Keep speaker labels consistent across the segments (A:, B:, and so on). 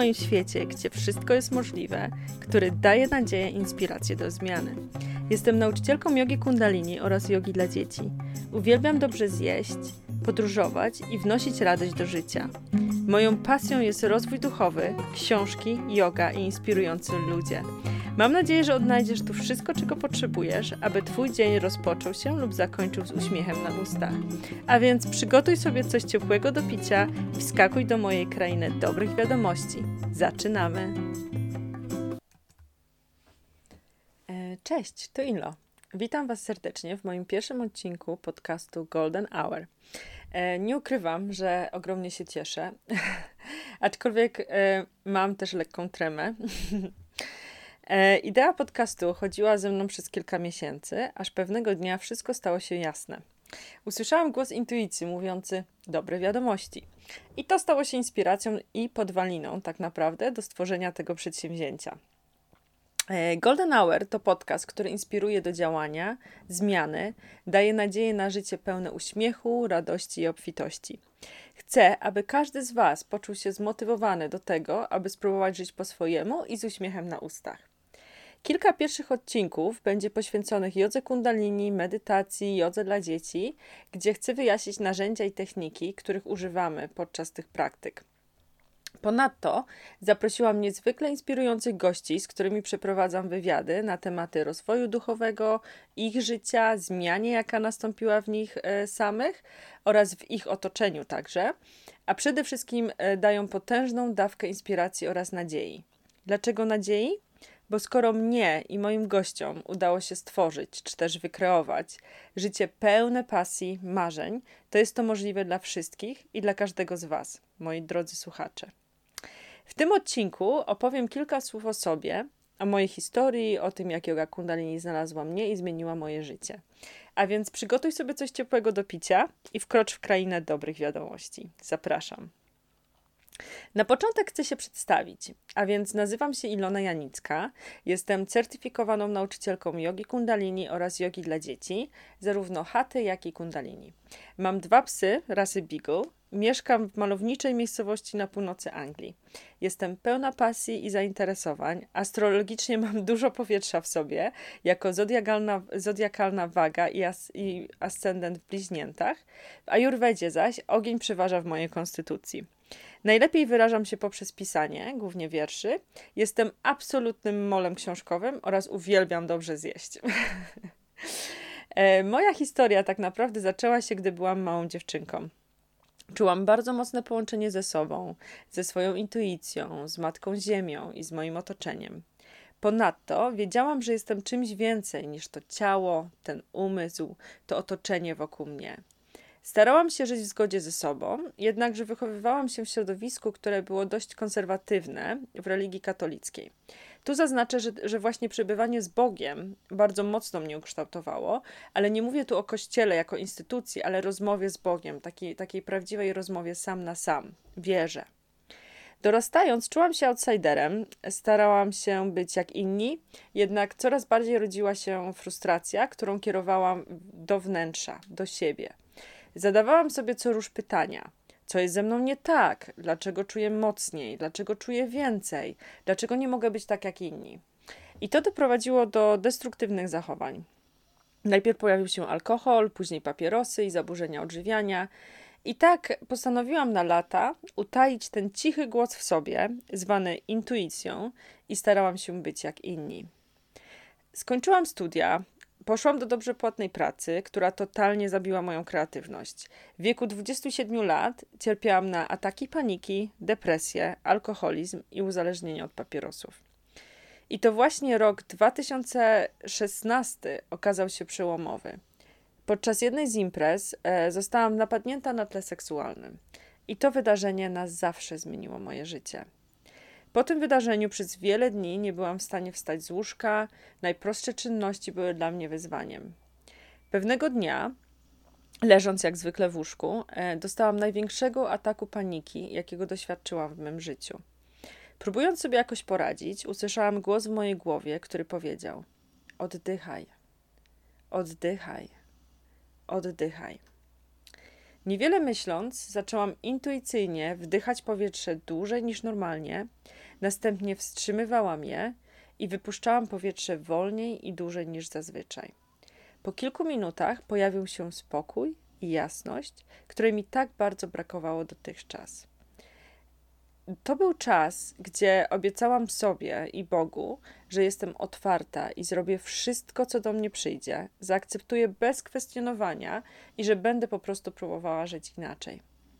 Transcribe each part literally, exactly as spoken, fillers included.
A: moim świecie, gdzie wszystko jest możliwe, który daje nadzieję i inspirację do zmiany. Jestem nauczycielką jogi kundalini oraz jogi dla dzieci. Uwielbiam dobrze zjeść, podróżować i wnosić radość do życia. Moją pasją jest rozwój duchowy, książki, joga i inspirujący ludzie. Mam nadzieję, że odnajdziesz tu wszystko, czego potrzebujesz, aby Twój dzień rozpoczął się lub zakończył z uśmiechem na ustach. A więc przygotuj sobie coś ciepłego do picia i wskakuj do mojej krainy dobrych wiadomości. Zaczynamy! Cześć, to Ilo. Witam Was serdecznie w moim pierwszym odcinku podcastu Golden Hour. Nie ukrywam, że ogromnie się cieszę, aczkolwiek mam też lekką tremę. Idea podcastu chodziła ze mną przez kilka miesięcy, aż pewnego dnia wszystko stało się jasne. Usłyszałam głos intuicji mówiący dobre wiadomości. I to stało się inspiracją i podwaliną tak naprawdę do stworzenia tego przedsięwzięcia. Golden Hour to podcast, który inspiruje do działania, zmiany, daje nadzieję na życie pełne uśmiechu, radości i obfitości. Chcę, aby każdy z Was poczuł się zmotywowany do tego, aby spróbować żyć po swojemu i z uśmiechem na ustach. Kilka pierwszych odcinków będzie poświęconych jodze kundalini, medytacji, jodze dla dzieci, gdzie chcę wyjaśnić narzędzia i techniki, których używamy podczas tych praktyk. Ponadto zaprosiłam niezwykle inspirujących gości, z którymi przeprowadzam wywiady na tematy rozwoju duchowego, ich życia, zmianie, jaka nastąpiła w nich e, samych oraz w ich otoczeniu także, a przede wszystkim e, dają potężną dawkę inspiracji oraz nadziei. Dlaczego nadziei? Bo skoro mnie i moim gościom udało się stworzyć, czy też wykreować życie pełne pasji, marzeń, to jest to możliwe dla wszystkich i dla każdego z Was, moi drodzy słuchacze. W tym odcinku opowiem kilka słów o sobie, o mojej historii, o tym, jak joga kundalini znalazła mnie i zmieniła moje życie. A więc przygotuj sobie coś ciepłego do picia i wkrocz w krainę dobrych wiadomości. Zapraszam. Na początek chcę się przedstawić, a więc nazywam się Ilona Janicka, jestem certyfikowaną nauczycielką jogi kundalini oraz jogi dla dzieci, zarówno hathy, jak i kundalini. Mam dwa psy rasy Beagle, mieszkam w malowniczej miejscowości na północy Anglii. Jestem pełna pasji i zainteresowań, astrologicznie mam dużo powietrza w sobie, jako zodiakalna, zodiakalna waga i, as, i ascendent w bliźniętach, w ajurwedzie zaś ogień przeważa w mojej konstytucji. Najlepiej wyrażam się poprzez pisanie, głównie wierszy. Jestem absolutnym molem książkowym oraz uwielbiam dobrze zjeść. Moja historia tak naprawdę zaczęła się, gdy byłam małą dziewczynką. Czułam bardzo mocne połączenie ze sobą, ze swoją intuicją, z Matką Ziemią i z moim otoczeniem. Ponadto wiedziałam, że jestem czymś więcej niż to ciało, ten umysł, to otoczenie wokół mnie. Starałam się żyć w zgodzie ze sobą, jednakże wychowywałam się w środowisku, które było dość konserwatywne w religii katolickiej. Tu zaznaczę, że, że właśnie przebywanie z Bogiem bardzo mocno mnie ukształtowało, ale nie mówię tu o Kościele jako instytucji, ale rozmowie z Bogiem, takiej, takiej prawdziwej rozmowie sam na sam, wierze. Dorastając, czułam się outsiderem, starałam się być jak inni, jednak coraz bardziej rodziła się frustracja, którą kierowałam do wnętrza, do siebie. Zadawałam sobie co rusz pytania. Co jest ze mną nie tak? Dlaczego czuję mocniej? Dlaczego czuję więcej? Dlaczego nie mogę być tak jak inni? I to doprowadziło do destruktywnych zachowań. Najpierw pojawił się alkohol, później papierosy i zaburzenia odżywiania. I tak postanowiłam na lata utaić ten cichy głos w sobie, zwany intuicją, i starałam się być jak inni. Skończyłam studia. Poszłam do dobrze płatnej pracy, która totalnie zabiła moją kreatywność. W wieku dwudziestu siedmiu lat cierpiałam na ataki paniki, depresję, alkoholizm i uzależnienie od papierosów. I to właśnie rok dwa tysiące szesnasty okazał się przełomowy. Podczas jednej z imprez e, zostałam napadnięta na tle seksualnym. I to wydarzenie na zawsze zmieniło moje życie. Po tym wydarzeniu przez wiele dni nie byłam w stanie wstać z łóżka, najprostsze czynności były dla mnie wyzwaniem. Pewnego dnia, leżąc jak zwykle w łóżku, dostałam największego ataku paniki, jakiego doświadczyłam w mym życiu. Próbując sobie jakoś poradzić, usłyszałam głos w mojej głowie, który powiedział: oddychaj, oddychaj, oddychaj. Niewiele myśląc, zaczęłam intuicyjnie wdychać powietrze dłużej niż normalnie, następnie wstrzymywałam je i wypuszczałam powietrze wolniej i dłużej niż zazwyczaj. Po kilku minutach pojawił się spokój i jasność, której mi tak bardzo brakowało dotychczas. To był czas, gdzie obiecałam sobie i Bogu, że jestem otwarta i zrobię wszystko, co do mnie przyjdzie, zaakceptuję bez kwestionowania i że będę po prostu próbowała żyć inaczej.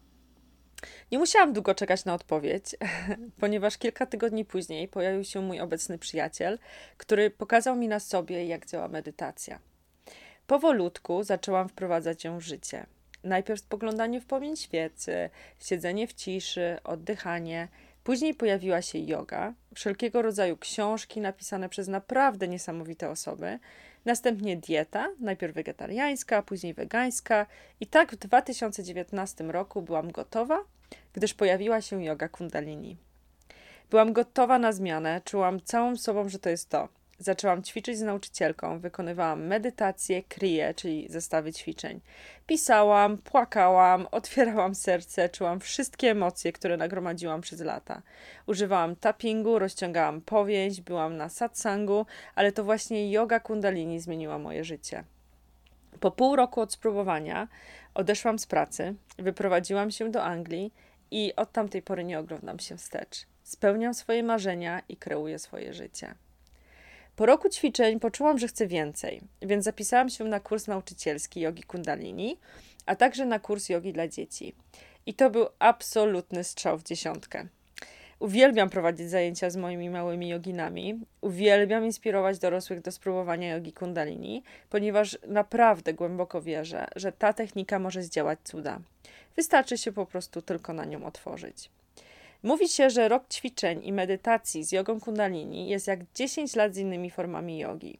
A: Nie musiałam długo czekać na odpowiedź, ponieważ kilka tygodni później pojawił się mój obecny przyjaciel, który pokazał mi na sobie, jak działa medytacja. Powolutku zaczęłam wprowadzać ją w życie. Najpierw spoglądanie w płomień świecy, siedzenie w ciszy, oddychanie. Później pojawiła się joga, wszelkiego rodzaju książki napisane przez naprawdę niesamowite osoby. Następnie dieta, najpierw wegetariańska, później wegańska. I tak w dwa tysiące dziewiętnastym roku byłam gotowa, gdyż pojawiła się joga kundalini. Byłam gotowa na zmianę, czułam całą sobą, że to jest to. Zaczęłam ćwiczyć z nauczycielką, wykonywałam medytację, kriję, czyli zestawy ćwiczeń. Pisałam, płakałam, otwierałam serce, czułam wszystkie emocje, które nagromadziłam przez lata. Używałam tappingu, rozciągałam powięź, byłam na satsangu, ale to właśnie joga kundalini zmieniła moje życie. Po pół roku od spróbowania odeszłam z pracy, wyprowadziłam się do Anglii i od tamtej pory nie oglądam się wstecz. Spełniam swoje marzenia i kreuję swoje życie. Po roku ćwiczeń poczułam, że chcę więcej, więc zapisałam się na kurs nauczycielski jogi kundalini, a także na kurs jogi dla dzieci. I to był absolutny strzał w dziesiątkę. Uwielbiam prowadzić zajęcia z moimi małymi joginami, uwielbiam inspirować dorosłych do spróbowania jogi kundalini, ponieważ naprawdę głęboko wierzę, że ta technika może zdziałać cuda. Wystarczy się po prostu tylko na nią otworzyć. Mówi się, że rok ćwiczeń i medytacji z jogą kundalini jest jak dziesięć lat z innymi formami jogi.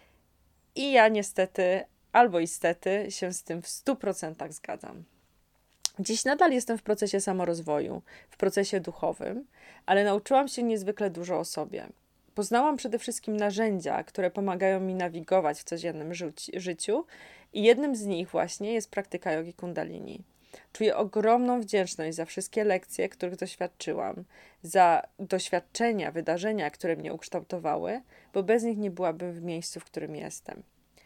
A: I ja niestety, albo istety, się z tym w stu procentach zgadzam. Dziś nadal jestem w procesie samorozwoju, w procesie duchowym, ale nauczyłam się niezwykle dużo o sobie. Poznałam przede wszystkim narzędzia, które pomagają mi nawigować w codziennym ży- życiu i jednym z nich właśnie jest praktyka jogi kundalini. Czuję ogromną wdzięczność za wszystkie lekcje, których doświadczyłam, za doświadczenia, wydarzenia, które mnie ukształtowały, bo bez nich nie byłabym w miejscu, w którym jestem.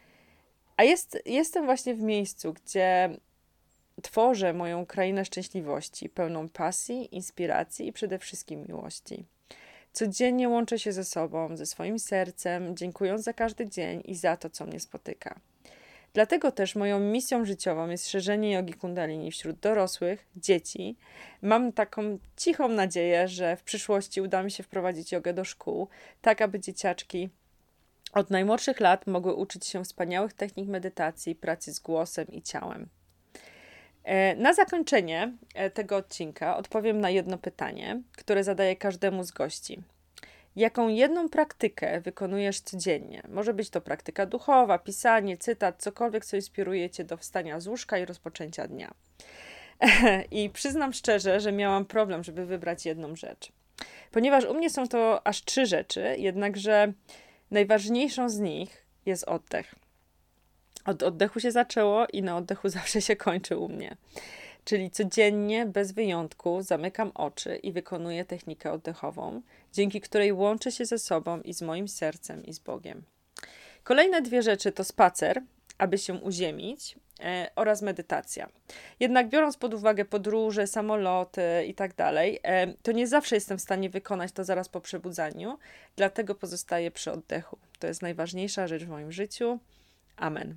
A: A jest, jestem właśnie w miejscu, gdzie tworzę moją krainę szczęśliwości, pełną pasji, inspiracji i przede wszystkim miłości. Codziennie łączę się ze sobą, ze swoim sercem, dziękując za każdy dzień i za to, co mnie spotyka. Dlatego też moją misją życiową jest szerzenie jogi kundalini wśród dorosłych, dzieci. Mam taką cichą nadzieję, że w przyszłości uda mi się wprowadzić jogę do szkół, tak aby dzieciaczki od najmłodszych lat mogły uczyć się wspaniałych technik medytacji, pracy z głosem i ciałem. Na zakończenie tego odcinka odpowiem na jedno pytanie, które zadaję każdemu z gości. Jaką jedną praktykę wykonujesz codziennie? Może być to praktyka duchowa, pisanie, cytat, cokolwiek, co inspiruje cię do wstania z łóżka i rozpoczęcia dnia. I przyznam szczerze, że miałam problem, żeby wybrać jedną rzecz. Ponieważ u mnie są to aż trzy rzeczy, jednakże najważniejszą z nich jest oddech. Od oddechu się zaczęło i na oddechu zawsze się kończy u mnie. Czyli codziennie, bez wyjątku, zamykam oczy i wykonuję technikę oddechową, dzięki której łączę się ze sobą i z moim sercem i z Bogiem. Kolejne dwie rzeczy to spacer, aby się uziemić, e, oraz medytacja. Jednak biorąc pod uwagę podróże, samoloty i tak dalej, e, to nie zawsze jestem w stanie wykonać to zaraz po przebudzaniu, dlatego pozostaję przy oddechu. To jest najważniejsza rzecz w moim życiu. Amen.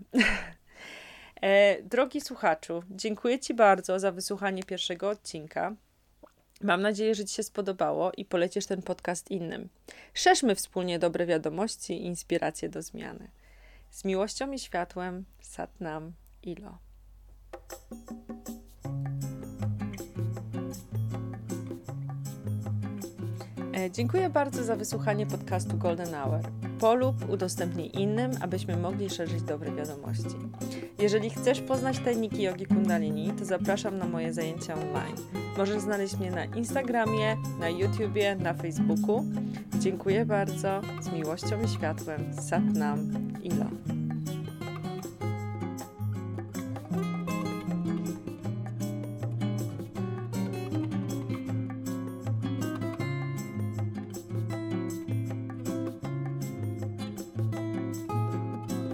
A: E, drogi słuchaczu, dziękuję Ci bardzo za wysłuchanie pierwszego odcinka. Mam nadzieję, że Ci się spodobało i polecisz ten podcast innym. Szerzmy wspólnie dobre wiadomości i inspiracje do zmiany. Z miłością i światłem, Sat Nam Ilo. E, dziękuję bardzo za wysłuchanie podcastu Golden Hour. Polub, udostępnij innym, abyśmy mogli szerzyć dobre wiadomości. Jeżeli chcesz poznać tajniki jogi kundalini, to zapraszam na moje zajęcia online. Możesz znaleźć mnie na Instagramie, na YouTubie, na Facebooku. Dziękuję bardzo. Z miłością i światłem. Sat Nam Ilo.